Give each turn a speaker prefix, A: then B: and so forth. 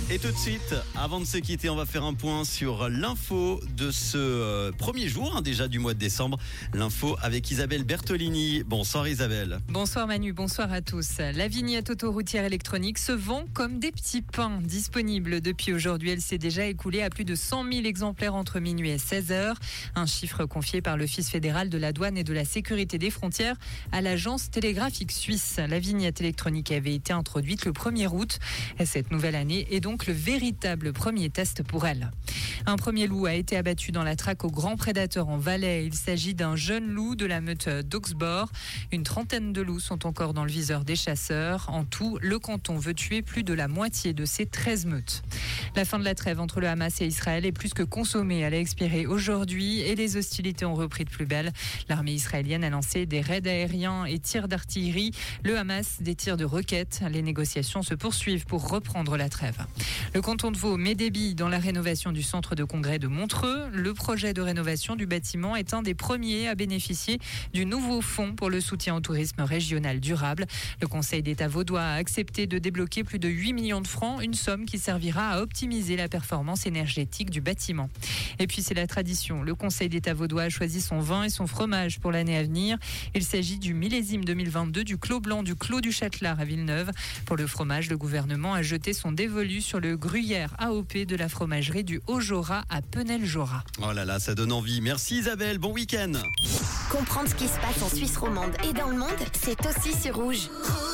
A: Et tout de suite, avant de se quitter, on va faire un point sur l'info de ce premier jour déjà du mois de décembre. L'info avec Isabelle Bertolini. Bonsoir Isabelle.
B: Bonsoir Manu, bonsoir à tous. La vignette autoroutière électronique se vend comme des petits pains. Disponible depuis aujourd'hui, elle s'est déjà écoulée à plus de 100 000 exemplaires entre minuit et 16h. Un chiffre confié par l'Office fédéral de la douane et de la sécurité des frontières à l'agence télégraphique suisse. La vignette électronique avait été introduite le 1er août. Cette nouvelle année est donc le véritable premier test pour elle. Un premier loup a été abattu dans la traque au Grand Prédateur en Valais. Il s'agit d'un jeune loup de la meute d'Augsbourg. Une trentaine de loups sont encore dans le viseur des chasseurs. En tout, le canton veut tuer plus de la moitié de ces 13 meutes. La fin de la trêve entre le Hamas et Israël est plus que consommée. Elle a expiré aujourd'hui et les hostilités ont repris de plus belle. L'armée israélienne a lancé des raids aériens et tirs d'artillerie. Le Hamas, des tirs de roquettes. Les négociations se poursuivent pour reprendre la trêve. Le canton de Vaud met des billes dans la rénovation du centre de congrès de Montreux. Le projet de rénovation du bâtiment est un des premiers à bénéficier du nouveau fonds pour le soutien au tourisme régional durable. Le Conseil d'État vaudois a accepté de débloquer plus de 8 millions de francs, une somme qui servira à optimiser la performance énergétique du bâtiment. Et puis c'est la tradition. Le Conseil d'État vaudois a choisi son vin et son fromage pour l'année à venir. Il s'agit du millésime 2022 du Clos Blanc du Clos du Châtelard à Villeneuve. Pour le fromage, le gouvernement a jeté son dévolu sur le gruyère AOP de la fromagerie du Haut-Jorat à Penel-Jorat.
A: Oh là là, ça donne envie. Merci Isabelle, bon week-end.
C: Comprendre ce qui se passe en Suisse romande et dans le monde, c'est aussi sur Rouge.